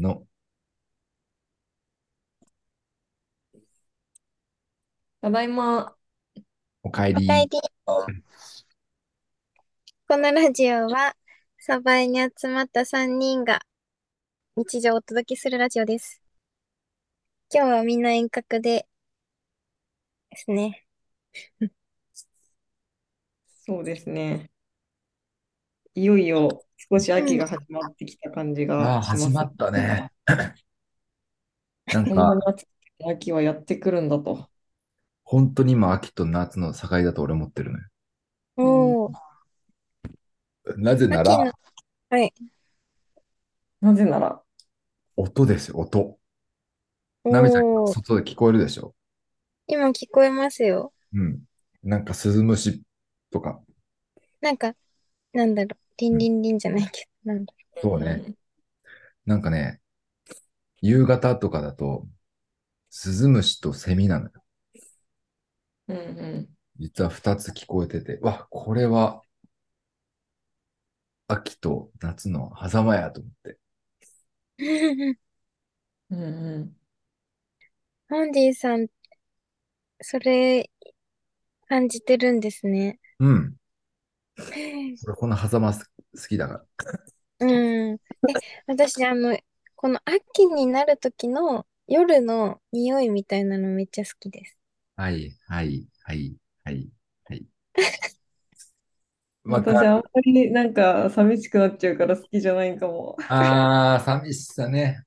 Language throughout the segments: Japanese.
の、 ただいま。 おかえり。 おかえり。このラジオは、サバイに集まった3人が日常をお届けするラジオです。今日はみんな遠隔でですね。 そうですね。いよいよ少しうん。 秋が始まってきた感じああ、 がします。 始まったね。なんこんなにか、 暑くて秋はやってくるんだと。 本当に今、秋と夏の境だと俺思ってるのよ。 うん、 おー、 なぜな秋の、 ら、 はい。 なぜなら、 音ですよ、音。なめちゃん、 おー、 外で聞こえるでしょ？ 今聞こえますよ。 うん。なんか、鈴虫とか。 なんか、なんだろう。リうん。 ンリンリンじゃないけど、なんだそうね。 うん、 なんかね、夕方とかだと、鈴虫とセミなのよ。 うん、うん実は二つ聞こえてて、わ、これは秋と夏の狭間やと思って。 ろう。 うん、うん。 ホンディさん、それ感じてるんですね。 うん。俺この狭間好きだから。 うん。私、この秋になる時の夜の匂いみたいなのめっちゃ好きです。 はい、はい、はい、はい、はい。わか私、あんる。 まりなんか寂しくなっちゃうから好きじゃないかも。 あー、寂しさね。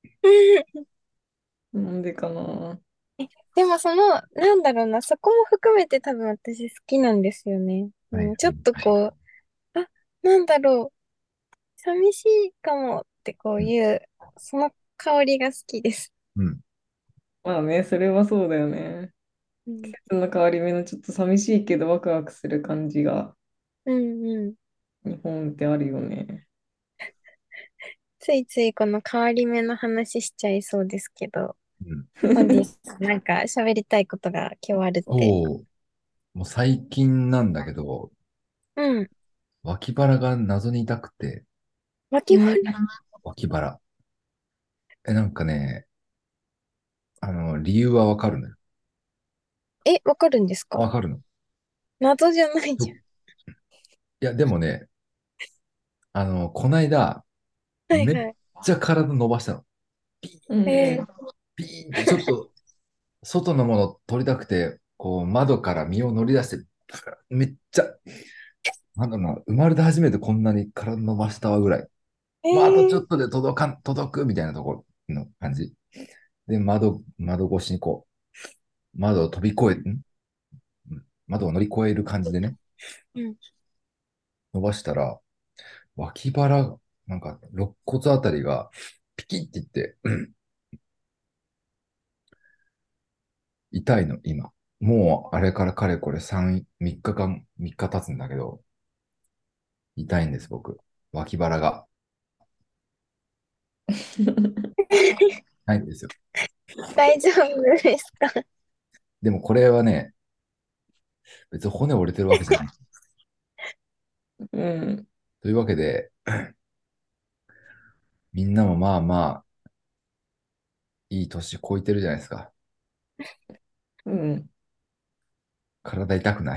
なんでかな。 でもなんだろうな、そこも含めて多分私好きなんですよね。 はい、はい、 ちょっとはい。 こう、あ、なんだろう、寂しいかもってこうん、 ういう、その香りが好きです。 うん、 まあね、それはそうだよね。 うん、 季節の変わり目のちょっと寂しいけどワクワクする感じがうん、うん。 日本ってあるよね。 ついついこの変わり目の話しちゃいそうですけど、 うん。 本日なんか喋りたいことが今日あるって。 そう、もう最近なんだけど、 うん。 脇腹が謎に痛くて、 脇腹、 脇腹。なんかね、理由はわかるのよ。 わかるんですか？ わかるの。 謎じゃないじいや、でもね、こないだ、 ゃん。はいめっはい。 ちゃ体伸ばしたの。 うんうん。 ピーンってちょっと、外のもの取りたくて、こう、窓から身を乗り出して、めっちゃ、なんだろうな、生まれて初めてこんなに体伸ばしたわぐらい。 えまあ、あとちょー、 っとで届くみたいなところの感じ。で、窓越しにこう、窓を飛び越え、窓を乗り越える感じでね、 うん。 伸ばしたら、脇腹、なんか、肋骨あたりが、ピキっていって、痛いの、今。もう、あれからかれこれ3日間、3日経つんだけど、痛いんです、僕。脇腹が。痛いんですよ。 大丈夫ですか？ でもこれはね、別に骨折れてるわけじゃない。 うん。 というわけで、みんなもまあまあ、いい年こいてるじゃないですか。 うん。 体痛くない？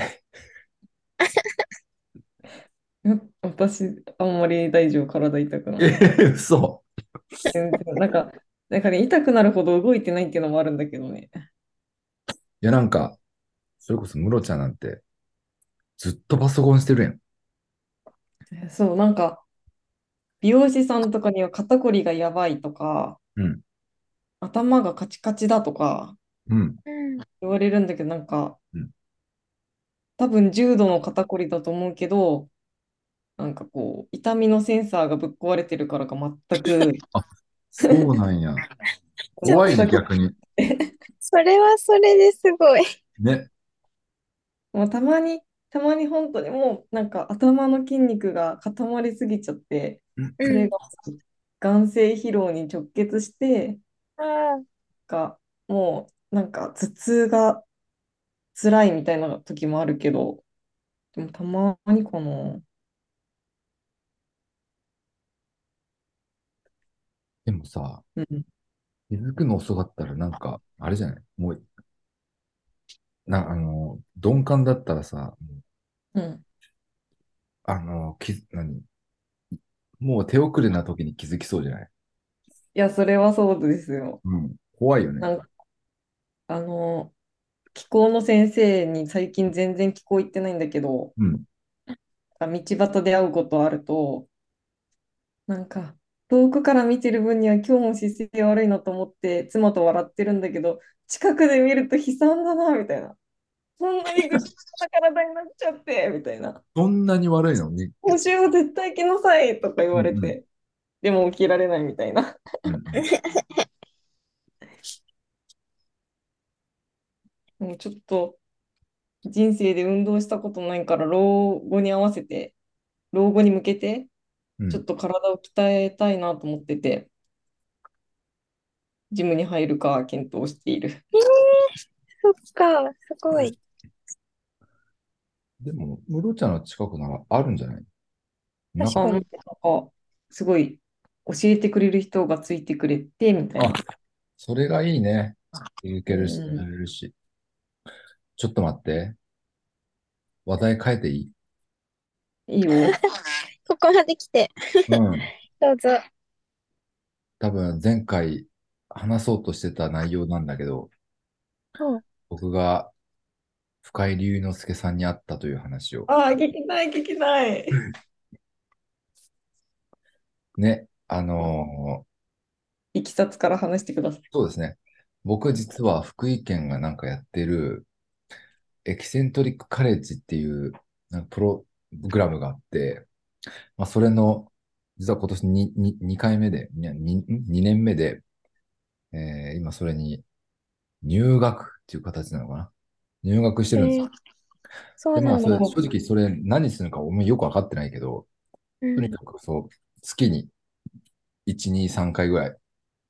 私、あんまり大丈夫、体痛くない。 嘘。 全然、なんかね、痛くなるほど動いてないっていうのもあるんだけどね。 いや、なんか、それこそムロちゃんなんて、ずっとパソコンしてるやん。 そう、なんか、美容師さんとかには肩こりがやばいとか、 うん、 頭がカチカチだとかうん、 うん。 言われるんだけど、なんか、 うん。 多分重度の肩こりだと思うけど、なんかこう、痛みのセンサーがぶっ壊れてるからか全く、 あ、そうなんや。 ちょっと、 怖いね、逆に。 それはそれですごい。 ね。 もうたまに本当にもうなんか頭の筋肉が固まりすぎちゃって、 うん。 うん。 それが眼性疲労に直結して、 ああ、 がもうなんか頭痛が辛いみたいな時もあるけど、でもたまにかな。 でもさ、 うん。 気づくの遅かったらなんか、あれじゃないもう、鈍感だったらさ、 うん。 もう手遅れな時に気づきそうじゃない？ いや、それはそうですよ。 うん。怖いよね。 なんか、あの、気候の先生に最近全然気候行ってないんだけど、 うん。 道端で会うことあると、なんか、遠くから見てる分には今日も姿勢悪いなと思って妻と笑ってるんだけど、近くで見ると悲惨だな、みたいな。こんなにぐちゃぐちゃな体になっちゃって、みたいな。 そんなに悪いのに？ 今週は絶対行きなさいとか言うんうん。 われて、でも起きられないみたいな。 うんうん。 もうちょっと人生で運動したことないから、老後に合わせて、老後に向けて、 うん。 ちょっと体を鍛えたいなと思ってて、ジムに入るか検討している。 そっか、すごい。 でも、ムロちゃんの近くならあるんじゃない？なか、 なん確かに。 か、すごい教えてくれる人がついてくれて、みたいあ、 な。 それがいいね。いけうるし、やん。 れるし。ちょっと待って。話題変えていい？ いいよ。 ここまで来て、 うん。 どうぞ。 多分前回話そうとしてた内容なんだけど、 うん。 僕が深井龍之介さんに会ったという話を。 ああ、聞きたい、聞きたい。 ね。 いきさつから話してください。 そうですね。僕実は福井県がなんかやってるエキセントリックカレッジっていうなんかプログラムがあって、まあ、それの、実は今年2回目で、2年目で、今それに入学っていう形なのかな。入学してるんですよ。 えー、そで、まあ、 うなんだ。 それ、正直それ何するのか俺もよくわかってないけど、とにうん。 かくそう、月に1、2、3回ぐらい、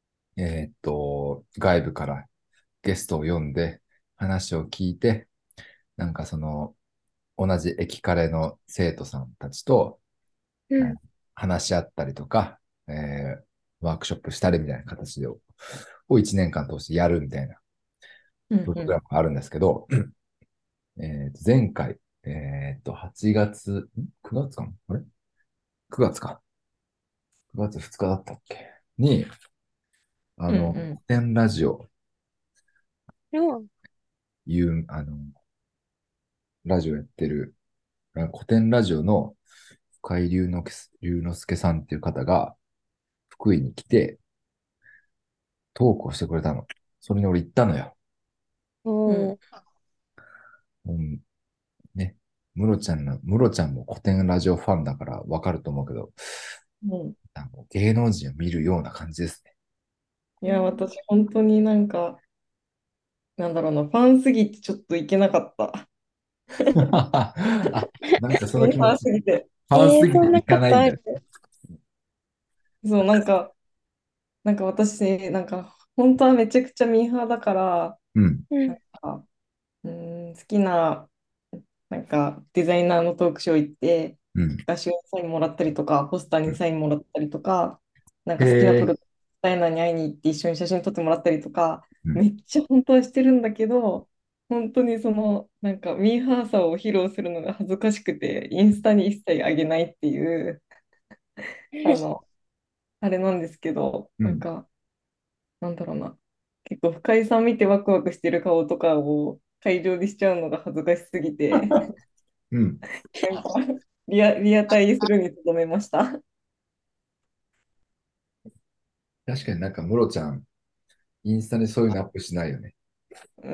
外部からゲストを呼んで、話を聞いて、なんかその、同じ駅カレの生徒さんたちと、 うん。 話し合ったりとか、ワークショップしたりみたいな形でを1年間通してやるみたいなプログラうんうん。 ムがあるんですけど、前回、8月、9月かなあれ？ 9 月か。9月2日だったっけに、 うんう古典ラジオうん。 いう、ラジオやってる、古典ラジオの深井龍之介さんっていう方が福井に来てトークをしてくれたの。それに俺行ったのよ。 ん。 おー。 うん、ね。ムロちゃんも古典ラジオファンだからわかると思うけど、 うん。 芸能人を見るような感じですね。 いや、私、本当になんか、なんだろうな、ファンすぎてちょっといけなかった。 あ、なんかそのミーハー気持ち、フすぎて。 ァンすぎそんなていかないんだよ。 ことある？ そう、なんか私、なんか、本当はめちゃくちゃミーハーだから、 うん、 うん。 あ好きな、なんか、デザイナーのトークショー行って、 うん。 画集にサインもらったりとか、ポスターにサインもらったりとか、なんへか好きなプロえ、 デザイナーに会いに行って一緒に写真撮ってもらったりとか、 うん、 めっちゃ本当はしてるんだけど、本当にその、なんかミーハーさを披露するのが恥ずかしくて、インスタに一切上げないっていう、あの、あれなんですけど、 うん、 なんだろうな。結構深井さん見てワクワクしてる顔とかを会場でしちゃうのが恥ずかしすぎて、 うん。 なんかリアタイするにとどめました。 確かになんかムロちゃん、インスタにそういうのアップしないよね。 うん。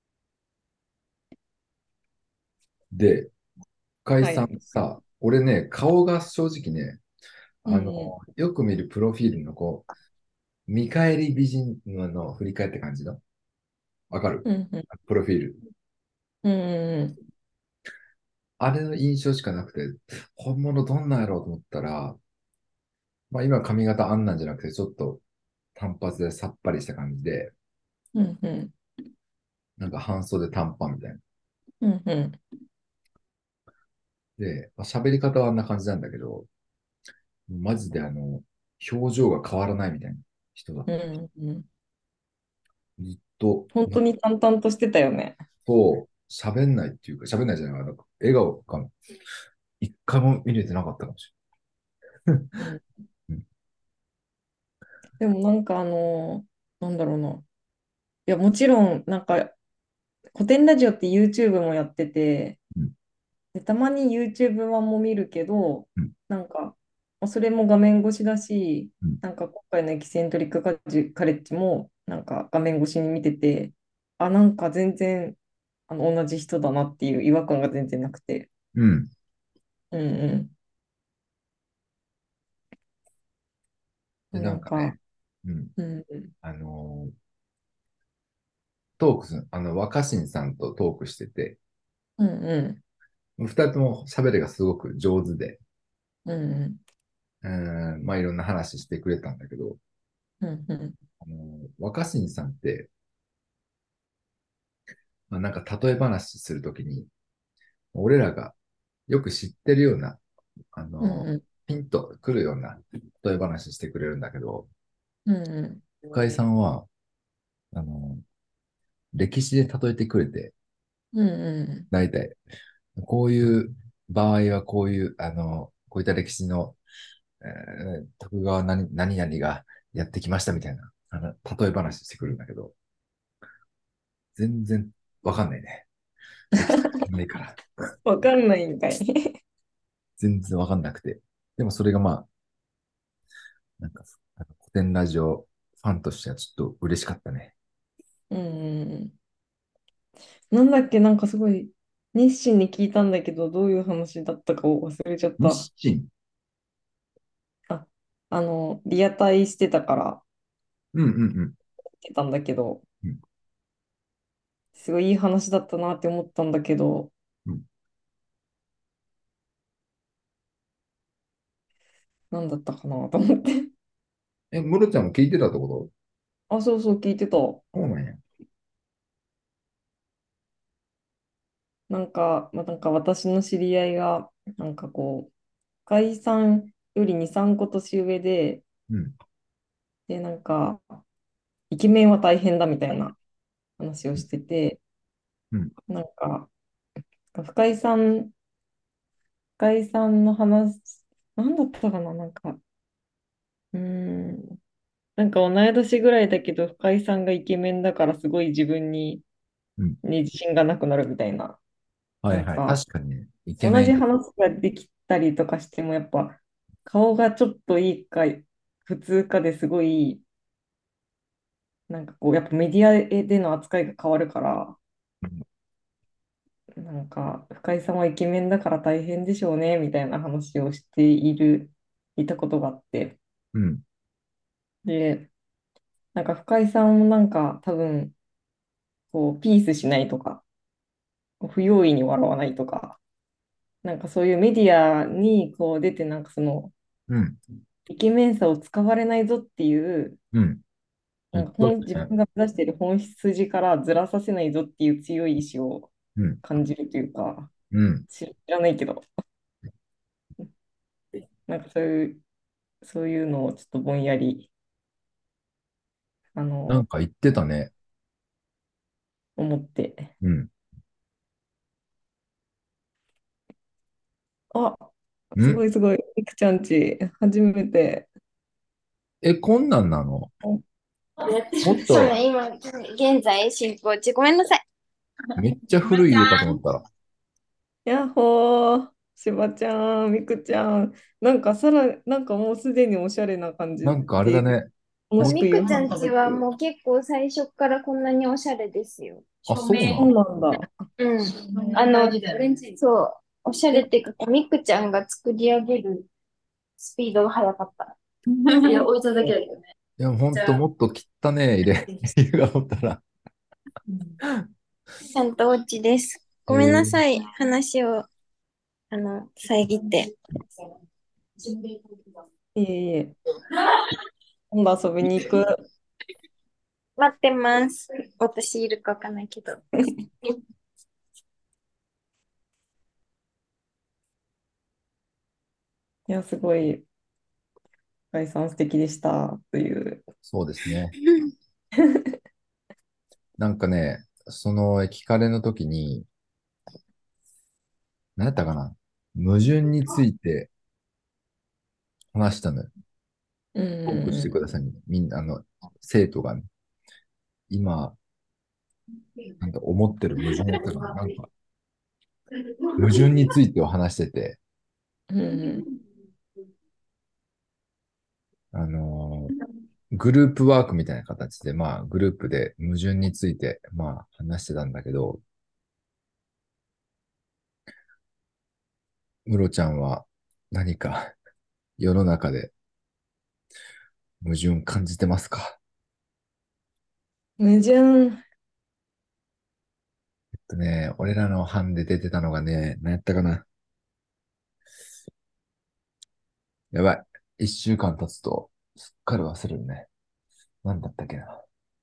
で、深井さんはい。 さ、俺ね、顔が正直ね、 うんよく見るプロフィールの見返り美人の振り返って感じのわかる？ うん。うんプロフィール。 うんうんあれの印象しかなくて、本物どんなんやろうと思ったら、まあ今髪型あんなんじゃなくて、ちょっと単発でさっぱりした感じで、 うんうんなんか半袖短パンみたいな。 うんうんで、まあ、喋り方はあんな感じなんだけど、マジで表情が変わらないみたいな人だ。 うんうん。 ずっと、 本当に淡々としてたよね。 そう、喋んないっていうか、喋んないじゃない、なんか笑顔が一回も見れてなかったかもしうん。 れない。 でもなんかなんだろうな。いや、もちろん、なんか、古典ラジオって YouTube もやってて、 うん、 で、たまに YouTube 版も見るけど、 うん、 なんか、それも画面越しだし、 うん、 なんか今回のエキセントリックカレッジも、なんか画面越しに見てて、あ、なんか全然同じ人だなっていう違和感が全然なくて。 うん。 うんうで、 ん。 ななんか、 んかね、うん、 うんうんあのートークする、若新さんとトークしてて、 うんう二人とも喋りがすごく上手で、 んうんまあいろんな話してくれたんだけど、 うんうん若新さんって、まあ、なんか例え話するときに、俺らがよく知ってるような、あの、 うんうんピンとくるような例え話してくれるんだけど、 うん深井さんは、あの、歴史で例えてくれて、 うんうん大体、こういう場合はこういう、こういった歴史の、徳川何々がやってきましたみたいな、例え話してくるんだけど、全然わかんないね。歴史ないから、 わかんないんかい。 全然わかんなくて。でもそれがまあ、なんか、古典ラジオファンとしてはちょっと嬉しかったね。 うんうんうん。なんだっけ、なんかすごい熱心に聞いたんだけど、どういう話だったかを忘れちゃった。 日清。 あ、リアタイしてたからうんうん言ってたんだけど、 うん。 すごいいい話だったなって思ったんだけど、 うん。 何だったかなと思って。 え、ムロちゃんも聞いてたってこあ、そうそう、聞いてた。 と？そうなんや。 なんか、まあ、なんか私の知り合いが、なんかこう、深井さんより2、3個年上で、 うん。 で、なんか、イケメンは大変だみたいな話をしてて、 うん。 なんか、深井さん、深井さんの話、なんだったかな、なんか、うーん、なんか同い年ぐらいだけど、深井さんがイケメンだからすごい自分うん。 に自信がなくなるみたいな、 はいはい。 なんか、 確かにね、イケ同じメン。 話ができたりとかしても、やっぱ、顔がちょっといいか、普通かですごい、なんかこう、やっぱメディアでの扱いが変わるから、なんか、深井さんはイケメンだから大変でしょうね、みたいな話をしていたことがあって、 うん。 で、なんか深井さんもなんか多分、こう、ピースしないとか、不用意に笑わないとか、なんかそういうメディアにこう出て、なんかその、 うん。 イケメンさを使われないぞっていう、 うん。言っなんか自とったね。 分が目指している本筋からずらさせないぞっていう強い意志をうん。 感じるというか、 うん。 知らないけど、なんかそういうのをちょっとぼんやり、あの、 なんか言ってたね。 思って。 うん。 あ、すんごいすごい、いくちゃんち、初めて。 え、こんなんなの？もっそうと、 ね、今、現在進行中。ごめんなさい。 めっちゃ古い家かと思ったら、 やっほー、しばちゃん、みくちゃん、なんかもうすでにおしゃれな感じなんかあれだで、 ね。もう、 楽しく夕みくちゃ飯食べてんちはもる。 う結構最初からこんなにおしゃれですよ。 あ、そうなそうの？ なんだ。 うん。そう、おしゃれえ、 っていうか、みくちゃんが作り上げるスピードが速かった。 いや、ほんともっと汚ねえ家がおったら。 ちゃんとお家です。ごめんなさい。話を、遮って。 いえいえ、今度遊びに行く。 待ってます。私いるかわかんないけど。 いや、すごい、 深井さん素敵でしたという。 そうですね。なんかね、その聞かれの時に、何やったかな、矛盾について話したのよ。 うトークしてくんださいね。みんな、生徒がね、今、なんか思ってる矛盾やったかな。なんか、矛盾についてを話してて、 うんうんグループワークみたいな形で、まあ、グループで矛盾について、まあ、話してたんだけど、ムロちゃんは何か世の中で矛盾感じてますか？ 矛盾。 俺らの班で出てたのがね、何やったかな。やばい。一週間経つと、すっかり忘れるね。何だったっけな。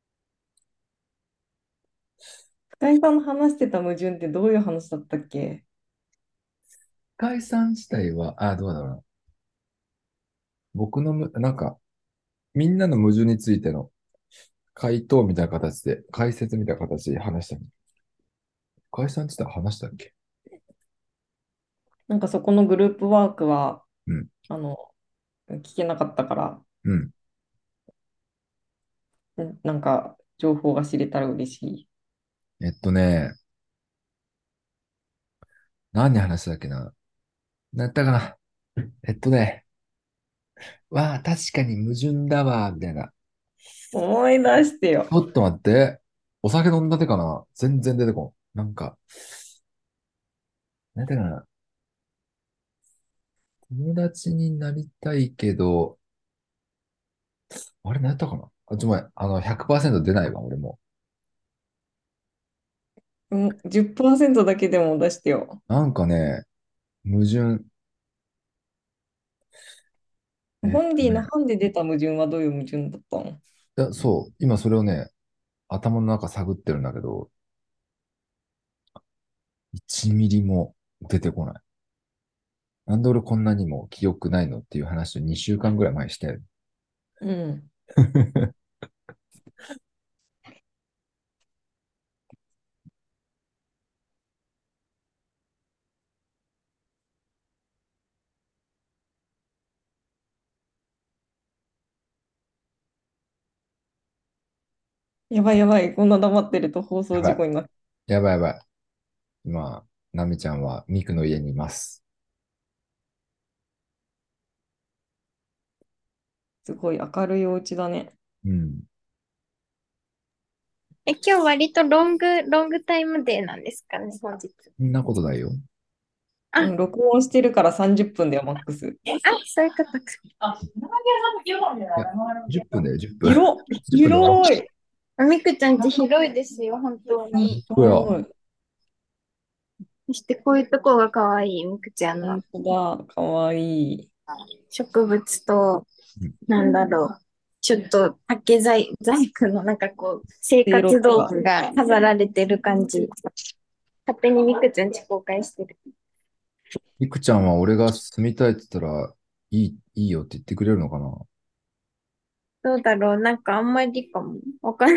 深井さんの話してた矛盾ってどういう話だったっけ？ 解散自体は、どうだろうな。僕のなんか、みんなの矛盾についての回答みたいな形で、解説みたいな形で話したの。解散自体話したっけ？ なんかそこのグループワークは、 うん。 あの、聞けなかったから、 うん。 なんか情報が知れたら嬉しい。 えっとね、何話したっけな。何やったかな。えっとね、わあ、確かに矛盾だわ、みたいな。 思い出してよ。 ちょっと待って。お酒飲んだてかな、全然出てこん。なんか、何やったかな。友達になりたいけど、あれ何やったかなあ、ごめん。100%出ないわ、俺も。 10%だけでも出してよ。 なんかね、矛盾。えっホンディのとね、 班で出た矛盾はどういう矛盾だったの？ そう、今それをね、頭の中探ってるんだけど、1ミリも出てこない。なんで俺こんなにも記憶ないのっていう話を2週間ぐらい前にしたよ。 うん。やばいやばい。こんな黙ってると放送やばい。 事故になる。 やばいやばい。今、ナミちゃんはミクの家にいます。 すごい明るいお家だね。 うん。 今日割とロングタイムデーなんですかね、本日。 そんなことないよ。 あ、 うん、録音してるから30分だよ、マックス。 そういうことか。 いや、10分だよ、10分。 広、 10分で終わる。 広い。 みくちゃんち広いですよ、本当に。 これは、 広い。 そしてこういうとこが可愛い、みくちゃんの本当だ。かわいい。 植物と、 うん、 なんだろう。ちょっと竹細工のなんかこう、生せいろ活道とか。 具が飾られてる感じ。勝手にみくちゃんち公開してる。 ミクちゃんは俺が住みたいって言ったら、いいよって言ってくれるのかな？ どうだろう、なんかあんまりかも。わかんない。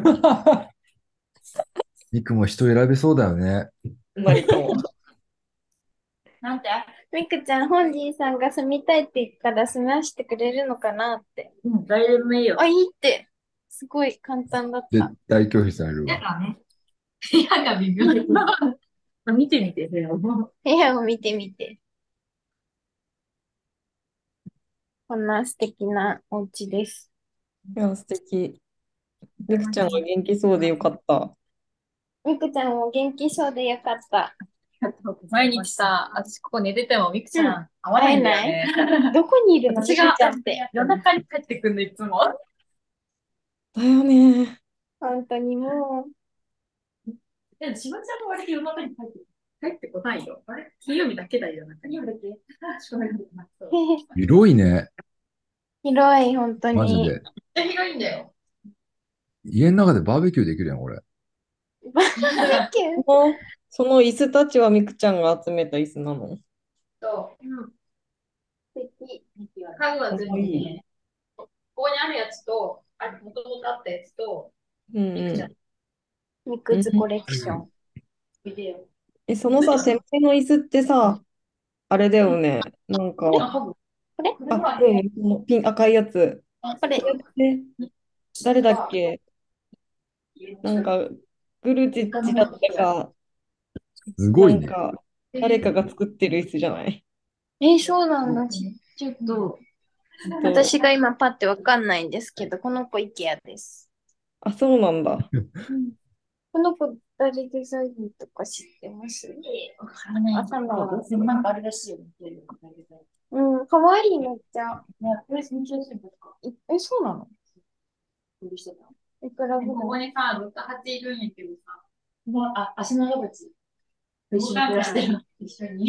ミクも人選びそうだよね。 マリカも。 なんてみくちゃん、本人さんが住みたいって言ったら住ましてくれるのかなって。うん、誰でもいいよ。あ、いいって。すごい簡単だった。 絶対拒否されるわ。 部屋がね、部屋が微妙。見てみて、部屋を。部屋を見てみて。こんな素敵なお家です。 いや、素敵。みくちゃんが元気そうでよかった。 みくちゃんも元気そうでよかった。毎日さ、私ここ寝ててもみくちゃん会わないんだよね。どこにいるのみく私がちゃんって。夜中に帰ってくんの、いつも。 だよね。 本当にもでも、しばちゃんも割と夜中に帰ってこないよ。あれ金曜日だけだよ、夜中に。金曜日だけ宿題とかそう。 う、 広いね。 広い、本当に。 マジで。 めっちゃ広いんだよ。 家の中でバーベキューできるやん、これ。 バーベキュー。 その椅子たちはみくちゃんが集めた椅子なの？ そう。 うん、素敵。 家具は全かわいい。 部ね、ここにあるやつと、もともとあったやつと、 うんいくちゃん、 うミッん。うん、 クスコレクション。 ビデオ。 そのさ、手前の椅子ってさ、あれだよね。なんか、 あ、ハグ。 これこれあ、 はね、 うん、そのピン、赤いやつ。 これ。 これって誰だっけ？なんか、グルチッチだったか、なすごいね。 んか、誰かが作ってる椅子じゃない？ そうなんだ。ちょっと、 と、 私が今パッてわかんないんですけど、この子 IKEA です。 あ、そうなんだ。 うん。この子誰デザインとか知ってます？ わからない。 朝の。 でもなんかあれらしいよ。 うん、かわいいめっちゃ。 ね、これ新調するんですか？ そうなの？ してた。 いくらぐここらい？ にさ、ずっと蜂いるんやけどさ、足長渕と一緒に暮らしてる。一緒に。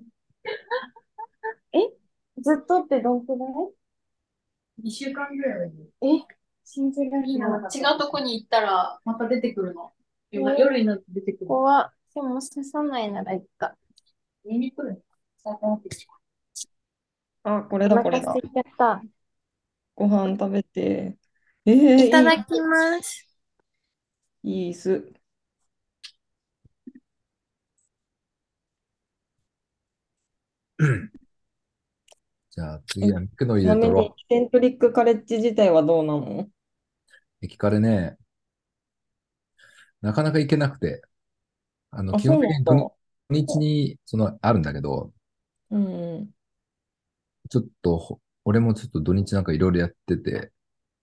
えずっとってどんくら 2週間ぐらいはいる。 い？信じられ違ない。 うとこに行ったら、また出てくるの。夜になって出てくる。 ここは、でも刺さないならいいか。 見に来るの。さあ、ってきた。 あ、これおだ、これだ。 腹空いちゃった。 ご飯食べて。いい、 いただきます。 いい椅子。 じゃあえ、 次はミクのちなみに、エ家取ろキセントリックカレッジ自体はどうなの？ う。駅カレね、なかなか行けなくて、 あ、 基本そうなん的に土だ。 日に、あるんだけど、 うんうん。 ちょっと、俺もちょっと土日なんかいろいろやってて、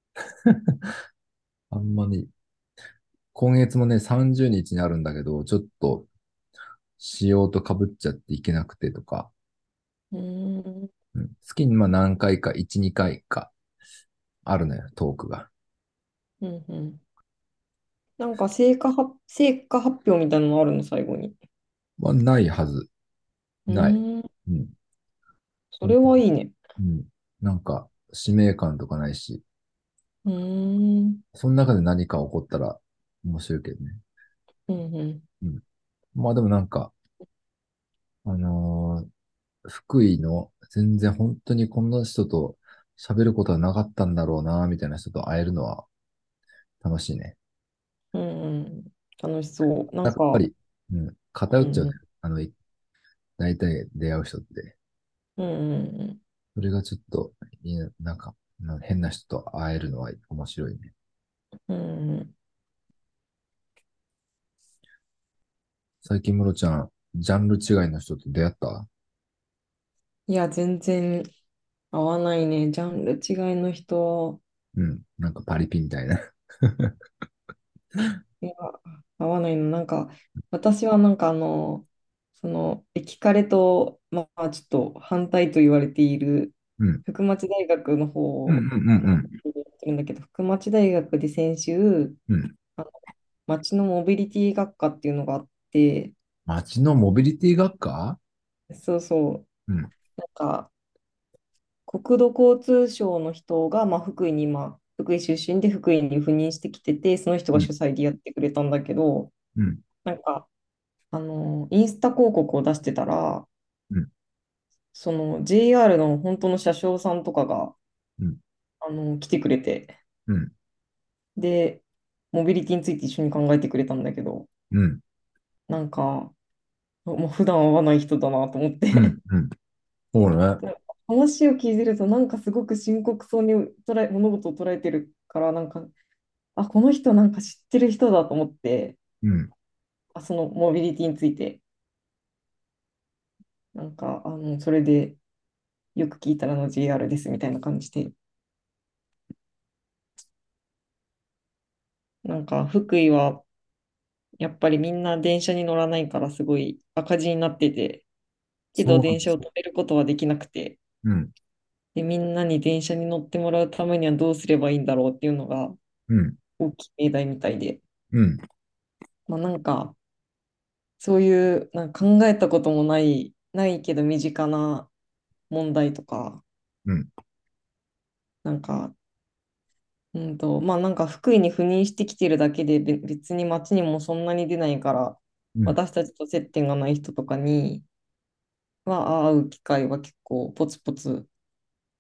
あんまり、今月もね、30日にちにあるんだけど、ちょっと、仕様と被っちゃっていけなくてとか、 うーん。 うん、月にまあ何回か、1、2回かあるのよ、トークが。 うんうん。なんか成果発表みたいなのあるの、最後に。 はないはず。 うない。 ーん。 うん。 それはいいね。 うん。なんか、使命感とかないし、 うーん。 その中で何か起こったら面白いけどね。 うんうん。 うん。まあでもなんか、福井の全然本当にこんな人と喋ることはなかったんだろうな、みたいな人と会えるのは楽しいね。 うんうん。楽しそう。なんか、 やっぱり、うん、偏っちゃうね。 うん大体出会う人って。 うん。うんうんそれがちょっと、なんか、変な人と会えるのは面白いね。 うん。うんうん。 最近ムロちゃん、ジャンル違いの人と出会った？ いや、全然合わないね。ジャンル違いの人。 うん。なんかパリピみたいな。 いや、合わないの。なんか、私はなんかエキカレと、まあ、ちょっと反対と言われている、 うん。 福町大学のうんうん方うんやってるんだけど、福町大学で先週、 うん。うん。 あの町のモビリティ学科っていうのがあって、 街のモビリティ学科？ そうそう、 うん。 なんか、国土交通省の人が、まあ、福井出身で福井に赴任してきてて、その人うん。 が主催でやってくれたんだけど、 うん。 なんか、インスタ広告を出してたら、 うん。 その JR の本当の車掌さんとかが、 うん。 来てくれて、 うん。 で、モビリティについて一緒に考えてくれたんだけど、 うん。 なんか、もう普段会わない人だなと思っうん。 て、 うん。そうね。 で話を聞いてると、なんかすごく深刻そうに物事を捉えてるから、なんか、あ、この人なんか知ってる人だと思って、 うん。 そのモビリティについて、なんか、それでよく聞いたらJR ですみたいな感じで、なんか福井はやっぱりみんな電車に乗らないからすごい赤字になってて、けど電そうなんですよ。 車を止めることはできなくて、 うん。 で、みんなに電車に乗ってもらうためにはどうすればいいんだろうっていうのがうん。 大きい命題みたいで、 うん。 まあなんかそういうなんか考えたこともないけど身近な問題とか、 うん。 なんか、まあなんか福井に赴任してきてるだけで別に街にもそんなに出ないから、 うん。 私たちと接点がない人とかに会う機会は結構ポツポツ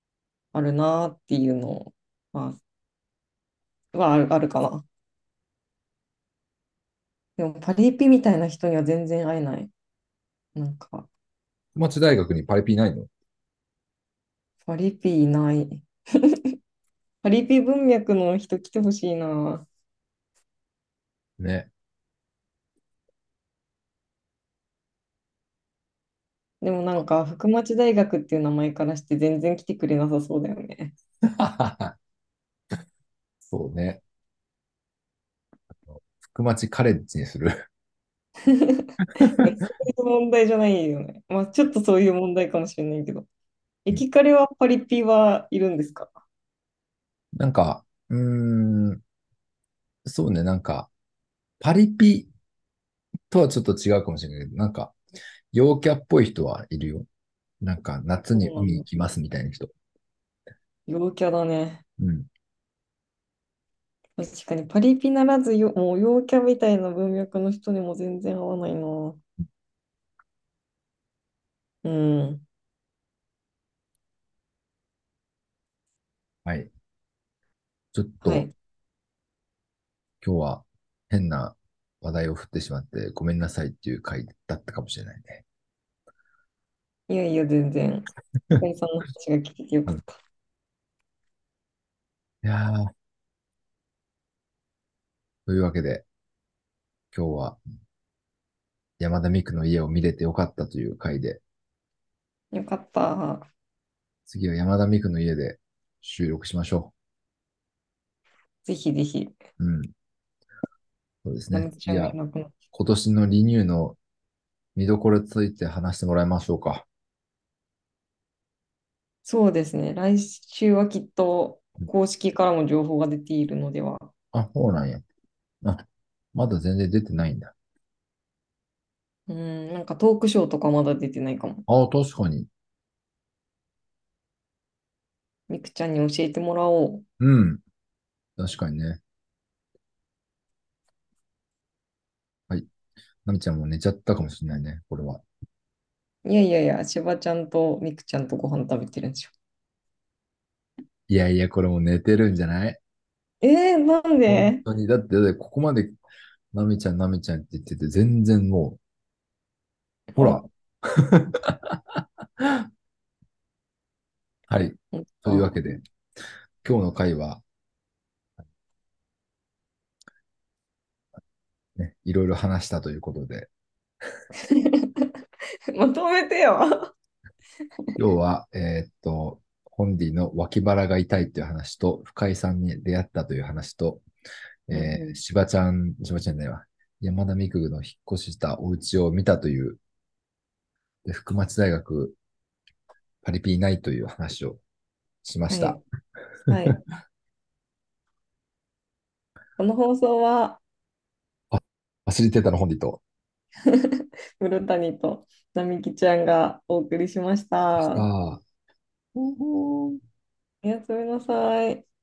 あるなっていうのは、あるかな。でもパリピみたいな人には全然会えない。なんか、 小町大学にパリピないの？ パリピいない。パリピ文脈の人来てほしいな。 ね。 でもなんか、福町大学っていう名前からして全然来てくれなさそうだよね。 そうね。福町カレッジにする。 いや、そういう問題じゃないよね。まあ、ちょっとそういう問題かもしれないけど。駅カレはパリピはいるんですか？ なんか、そうね、なんか、パリピとはちょっと違うかもしれないけど、なんか、陽キャっぽい人はいるよ。なんか、夏にそうなんだ。 海行きますみたいな人。 陽キャだね。 うん。 確かにパリピならずもう陽キャみたいな文脈の人にも全然合わないな。うん。 はい。ちょっと、 はい。 今日は変な話題を振ってしまってごめんなさいっていう回だったかもしれないね。 いやいや、全然。かりさんの話が聞けてようん。 かった。 いやー、というわけで、今日は山田美久の家を見れてよかったという回で、 よかった。 次は山田美久の家で収録しましょぜひぜひ、 う。うん。そうですね。 なみちゃんがい次はなくなっ今年のリニューの見どころについて話してもらいましょうか。 そうですね。来週はきっと公式からも情報が出ているのでは。 あ、そうなんや。あ、まだ全然出てないんだ。 うん、なんかトークショーとかまだ出てないかも。 あ、確かに。 みくちゃんに教えてもらおう。 うん。確かにね。はい。なみちゃんも寝ちゃったかもしれないね。これは。 いやいやいや、しばちゃんとみくちゃんとご飯食べてるんでしょ。 いやいや、これもう寝てるんじゃない？ なんで？ 本当に。だってここまでなみちゃん、なみちゃんって言ってて、全然もう、ほら。 あ、 はい。 ほんというわとけで、今日の回は、ね、いろいろ話したということで、 まとめてよ。 今日は、ホンディの脇腹が痛いという話と、深井さんに出会ったという話と、 うんうん。 しばちゃんじゃないわ。山田美久の引っ越ししたお家を見たという、で、福町大学パリピーないという話をしました。 はい。はい。この放送は、 あ、忘れてたの、ホンディと。 古谷と並木ちゃんがお送りしました。 さあ、ほほーおやすみなさい。